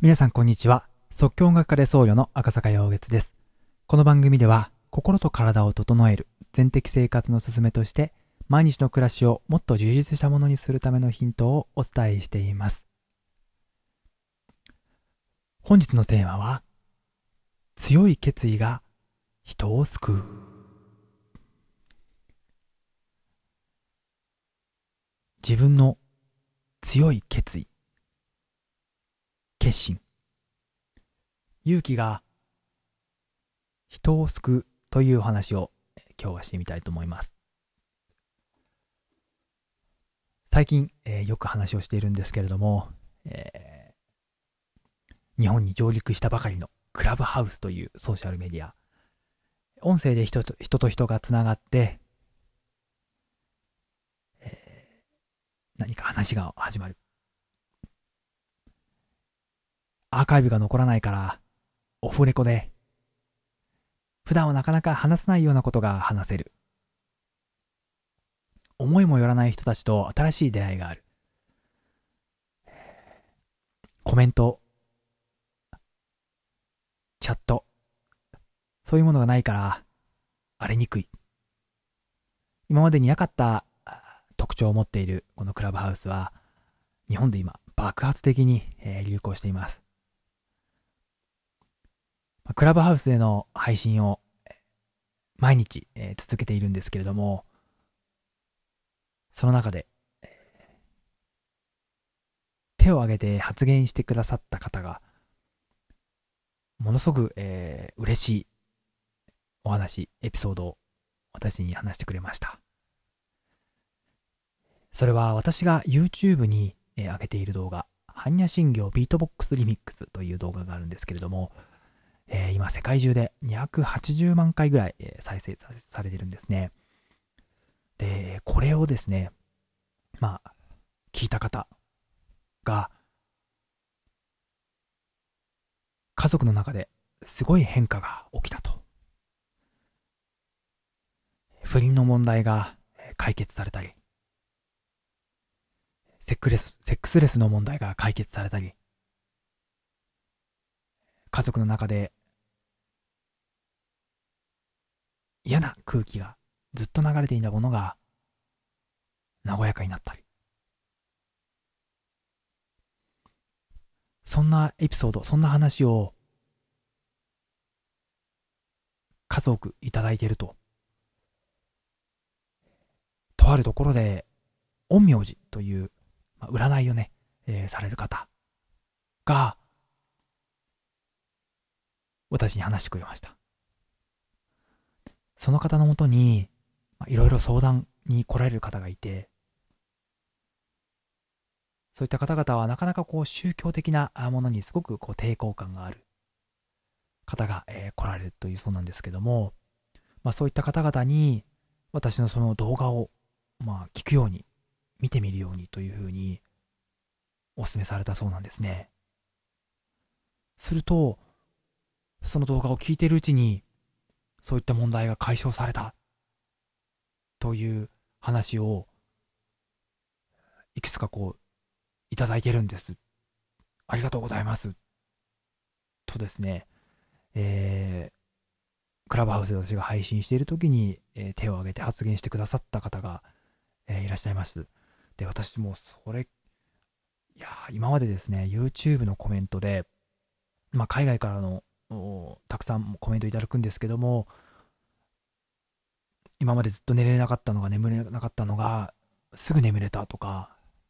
皆さんこんにちは。即興音楽家で僧侶の赤坂陽月です。この番組では心と体を整える全的生活の勧めとして毎日の暮らしをもっと充実したものにするためのヒントをお伝えしています。本日のテーマは強い決意が人を救う。自分の強い決意、決心、勇気が人を救うというお話を今日はしてみたいと思います。最近、よく話をしているんですけれども、日本に上陸したばかりのクラブハウスというソーシャルメディア、音声で人と人がつながって、何か話が始まる。アーカイブが残らないからオフレコで普段はなかなか話せないようなことが話せる。思いもよらない人たちと新しい出会いがある。コメント、チャット、そういうものがないから荒れにくい。今までになかった特徴を持っているこのクラブハウスは日本で今爆発的に流行しています。クラブハウスでの配信を毎日続けているんですけれども、その中で手を挙げて発言してくださった方がものすごく嬉しいお話、エピソードを私に話してくれました。それは私が YouTube に上げている動画、般若心経ビートボックスリミックスという動画があるんですけれども、今世界中で280万回ぐらい再生されてるんですね。で、これをですね、聞いた方が家族の中ですごい変化が起きたと。不倫の問題が解決されたり、セックスレスの問題が解決されたり、家族の中で嫌な空気がずっと流れていたものが和やかになったり、そんなエピソード、そんな話を数多くいただいていると。とあるところで陰陽師という、占いをね、される方が私に話してくれました。その方のもとにいろいろ相談に来られる方がいて、そういった方々はなかなか宗教的なものにすごく抵抗感がある方が来られるというそうなんですけども、そういった方々に私のその動画を聞くように見てみるようにというふうにお勧めされたそうなんですね。するとその動画を聞いているうちにそういった問題が解消されたという話をいくつかいただいてるんです。ありがとうございますとですね、クラブハウスで私が配信している時に、手を挙げて発言してくださった方が、いらっしゃいます。で、私も今までですね YouTube のコメントで、海外からのたくさんコメントいただくんですけども、今までずっと眠れなかったのがすぐ眠れたとか、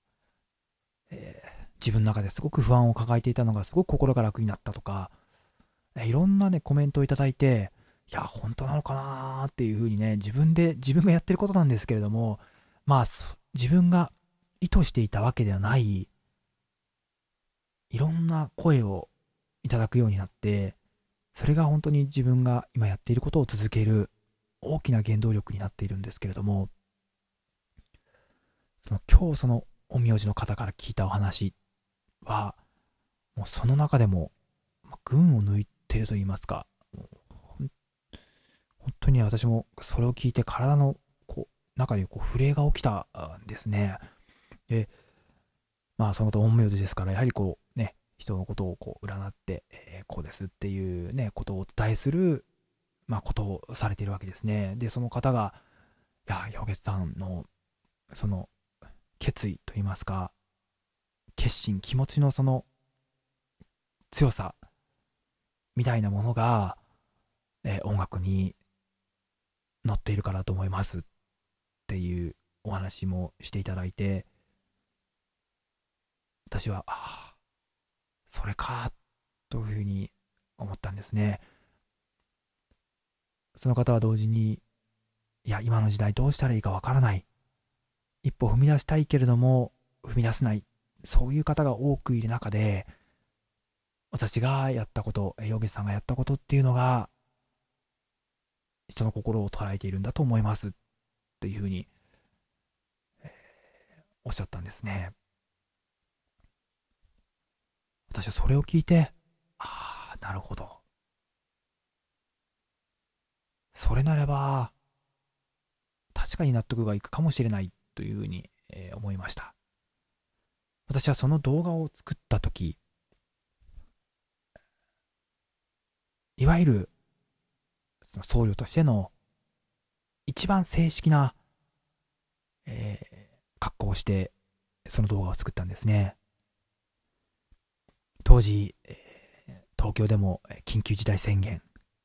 自分の中ですごく不安を抱えていたのがすごく心が楽になったとか、いろんなねコメントをいただいて、いや本当なのかなっていうふうにね、自分がやってることなんですけれども、自分が意図していたわけではないいろんな声をいただくようになって、それが本当に自分が今やっていることを続ける大きな原動力になっているんですけれども、今日その陰陽師の方から聞いたお話はもうその中でも群を抜いていると言いますか、本当に私もそれを聞いて体の中で震えが起きたんですね。で、そのと陰陽師ですから、やはり人のことをこう占って、こうですっていうね、ことをお伝えする、ことをされているわけですね。で、その方が、いや、氷月さんの、その、決意といいますか、決心、気持ちのその強さみたいなものが、音楽に乗っているからと思いますっていうお話もしていただいて、私は、ああ、それか、というふうに思ったんですね。その方は同時に、いや、今の時代どうしたらいいかわからない。一歩踏み出したいけれども、踏み出せない。そういう方が多くいる中で、私がやったこと、ヨゲさんがやったことっていうのが、人の心を捉えているんだと思いますっていうふうに、おっしゃったんですね。私はそれを聞いて、ああ、なるほど。それならば、確かに納得がいくかもしれないというふうに、思いました。私はその動画を作ったとき、いわゆるその僧侶としての一番正式な、格好をしてその動画を作ったんですね。当時、東京でも緊急事態宣言、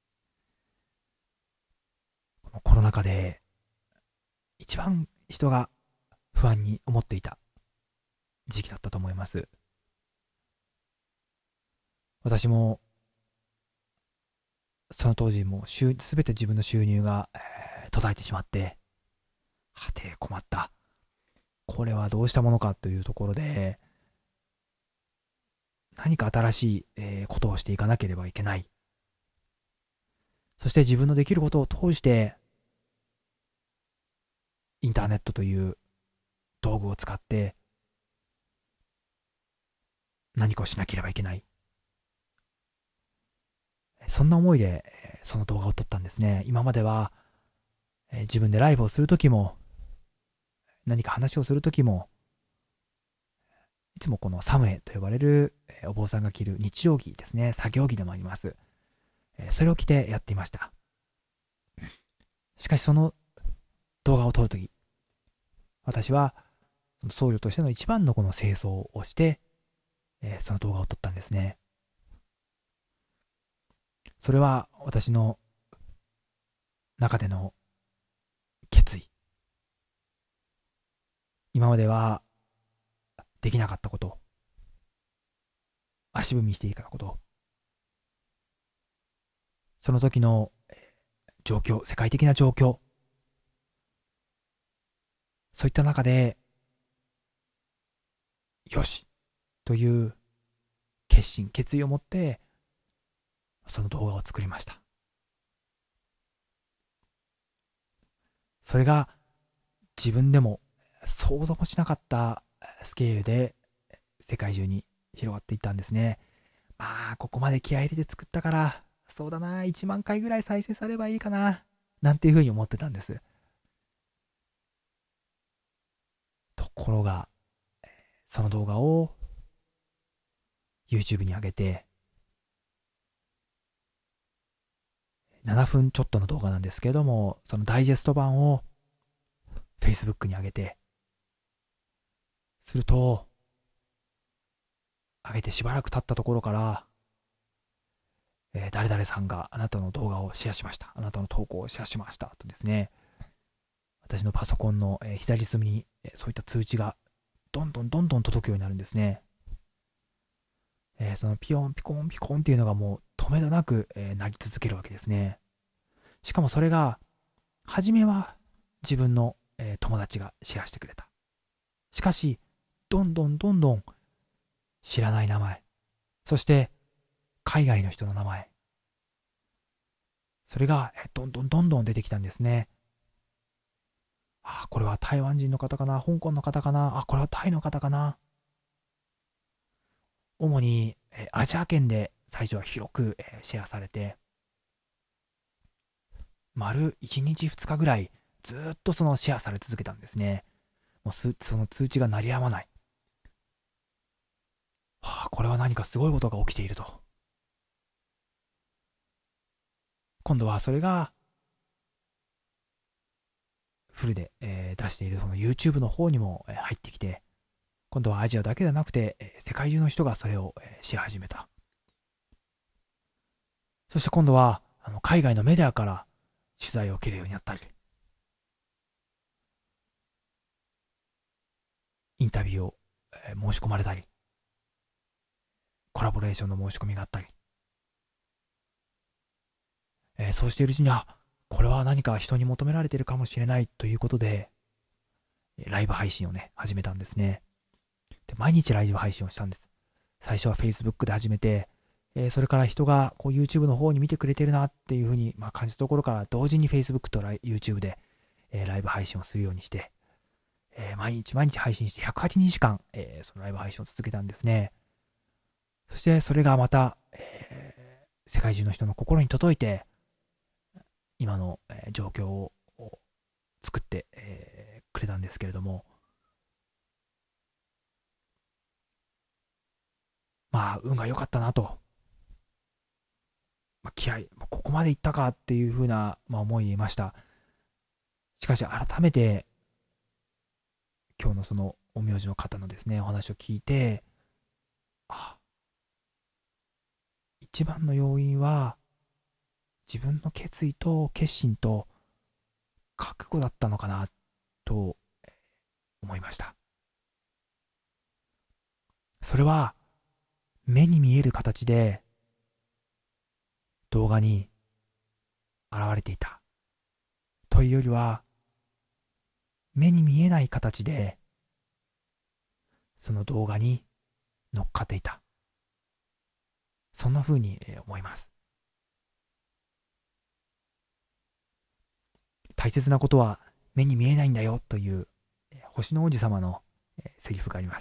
このコロナ禍で一番人が不安に思っていた時期だったと思います。私もその当時もすべて自分の収入が、途絶えてしまって、はて困った。これはどうしたものかというところで、何か新しい、ことをしていかなければいけない。そして自分のできることを通して、インターネットという道具を使って何かをしなければいけない。そんな思いで、その動画を撮ったんですね。今までは、自分でライブをするときも、何か話をするときも、いつもこのサムエと呼ばれる、お坊さんが着る日曜着ですね、作業着でもあります。それを着てやっていました。しかしその動画を撮るとき、私は僧侶としての一番のこの清掃をして、その動画を撮ったんですね。それは私の中での決意。今まではできなかったこと、足踏みしていたこと、その時の状況、世界的な状況、そういった中で、よしという決心、決意を持って、その動画を作りました。それが自分でも想像もしなかったスケールで世界中に広がっていったんですね。ここまで気合い入れて作ったから、そうだな、1万回ぐらい再生されればいいかな、なんていうふうに思ってたんです。ところが、その動画を YouTube に上げて、7分ちょっとの動画なんですけれども、そのダイジェスト版を Facebook に上げて、すると、上げてしばらく経ったところから、誰々さんがあなたの動画をシェアしました。あなたの投稿をシェアしました。とですね、私のパソコンの、左隅に、そういった通知がどんどんどんどん届くようになるんですね。そのピヨンピコンピコンっていうのがもう止めどなく、鳴り続けるわけですね。しかもそれが、初めは自分の、友達がシェアしてくれた。しかし、どんどんどんどん知らない名前、そして海外の人の名前、それがどんどんどんどん出てきたんですね。これは台湾人の方かな、香港の方かな、これはタイの方かな。主にアジア圏で最初は広くシェアされて、丸1日2日ぐらいずっとそのシェアされ続けたんですね。もうその通知が鳴りやまない。 これは何かすごいことが起きていると。今度はそれがフルで、出しているその YouTube の方にも入ってきて、今度はアジアだけではなくて、世界中の人がそれをし始めた。そして今度は海外のメディアから取材を受けるようになったり、インタビューを申し込まれたり、コラボレーションの申し込みがあったり、そうしているうちに、これは何か人に求められているかもしれないということで、ライブ配信をね、始めたんですね。で、毎日ライブ配信をしたんです。最初は Facebook で始めて、それから人がこう YouTube の方に見てくれてるなっていうふうに、感じたところから同時に Facebook と YouTube で、ライブ配信をするようにして、毎日毎日配信して108日間、そのライブ配信を続けたんですね。そしてそれがまた、世界中の人の心に届いて、今の、状況を作って、くれたんですけれども、運が良かったなと。気合、ここまでいったかっていうふうな、思いでいました。しかし改めて、今日のその陰陽師の方のですね、お話を聞いて、一番の要因は、自分の決意と決心と覚悟だったのかなと思いました。それは目に見える形で動画に現れていたというよりは、目に見えない形でその動画に乗っかっていた、そんな風に思います。大切なことは目に見えないんだよという星の王子様のセリフがあります。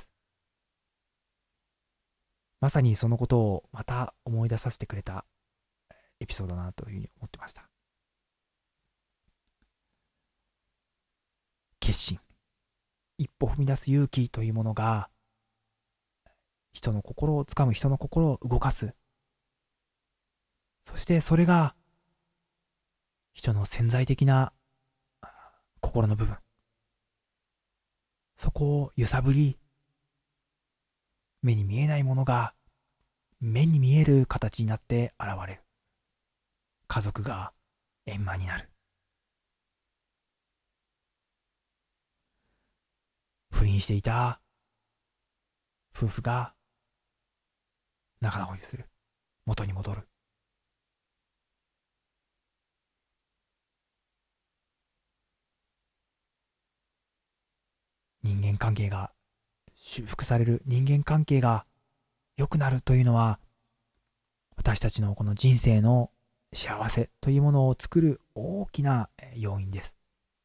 まさにそのことをまた思い出させてくれたエピソードだなというふうに思ってました。決心、一歩踏み出す勇気というものが人の心をつかむ、人の心を動かす。そしてそれが人の潜在的な心の部分、そこを揺さぶり、目に見えないものが目に見える形になって現れる。家族が円満になる。不倫していた夫婦が仲直りする。元に戻る。人間関係が修復される、人間関係が良くなるというのは、私たちのこの人生の幸せというものを作る大きな要因です。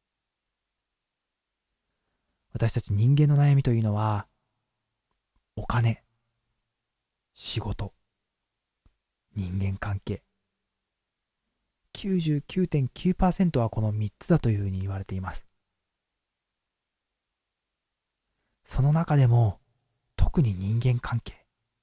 私たち人間の悩みというのは、お金、仕事、人間関係。99.9% はこの3つだというふうに言われています。その中でも特に人間関係。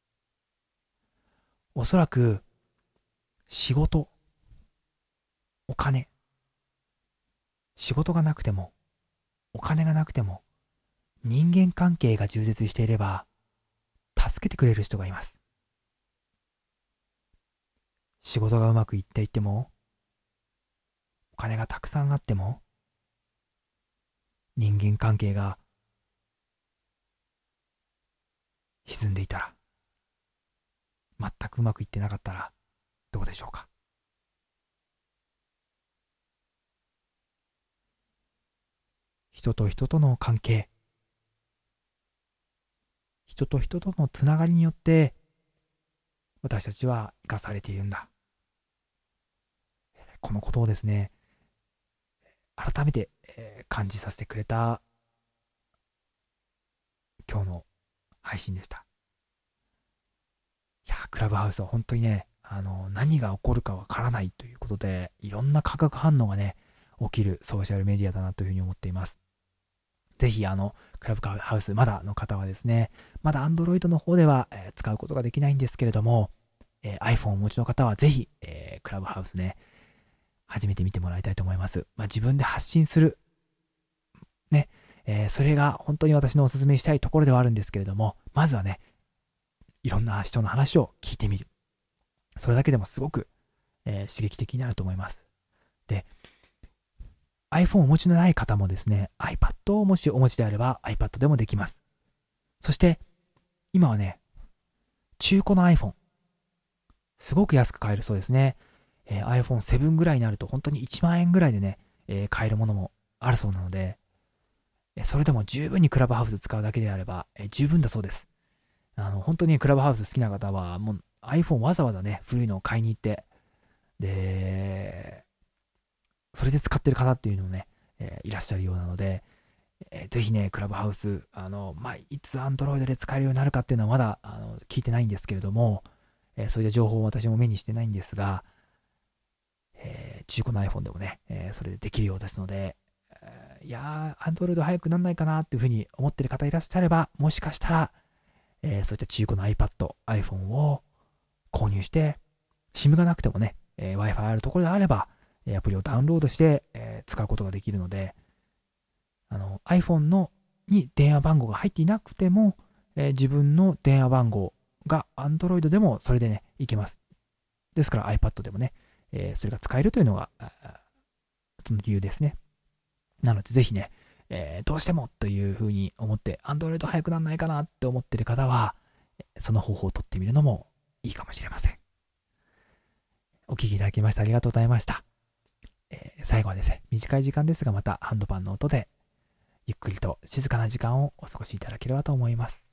おそらく仕事、お金、仕事がなくても、お金がなくても、人間関係が充実していれば、助けてくれる人がいます。仕事がうまくいっていっても、お金がたくさんあっても、人間関係が歪んでいたら、全くうまくいってなかったら、どうでしょうか。人と人との関係、人と人とのつながりによって、私たちは生かされているんだ。このことをですね、改めて感じさせてくれた今日の配信でした。いや、クラブハウスは本当にね、何が起こるかわからないということで、いろんな化学反応がね、起きるソーシャルメディアだなというふうに思っています。 ぜひクラブハウスまだの方はですね、まだ Android の方では、使うことができないんですけれども、iPhone をお持ちの方はぜひ、クラブハウスね、始めてみてもらいたいと思います。自分で発信する、ね、それが本当に私のお勧めしたいところではあるんですけれども、まずはね、いろんな人の話を聞いてみる。それだけでもすごく、刺激的になると思います。で、iPhone をお持ちのない方もですね、iPad をもしお持ちであれば iPad でもできます。そして、今はね、中古の iPhone、すごく安く買えるそうですね。iPhone7 ぐらいになると本当に1万円ぐらいでね、買えるものもあるそうなので、それでも十分にクラブハウス使うだけであれば、十分だそうです。本当にクラブハウス好きな方は、もう iPhone わざわざね、古いのを買いに行って、で、それで使ってる方っていうのもね、いらっしゃるようなので、ぜひね、クラブハウス、いつ Android で使えるようになるかっていうのはまだ聞いてないんですけれども、そういった情報を私も目にしてないんですが、中古の iPhone でもね、それでできるようですので、いやー、Android 早くなんないかなっていうふうに思ってる方いらっしゃれば、もしかしたら、そういった中古の iPad、iPhone を購入して、SIM がなくてもね、Wi-Fi あるところであれば、アプリをダウンロードして、使うことができるので、iPhone に電話番号が入っていなくても、自分の電話番号が Android でもそれでね、いけます。ですから iPad でもね、それが使えるというのが、その理由ですね。なのでぜひね、どうしてもというふうに思って、Android 早くなんないかなって思ってる方は、その方法を取ってみるのもいいかもしれません。お聞きいただきましてありがとうございました。最後はですね、短い時間ですがまたハンドパンの音でゆっくりと静かな時間をお過ごしいただければと思います。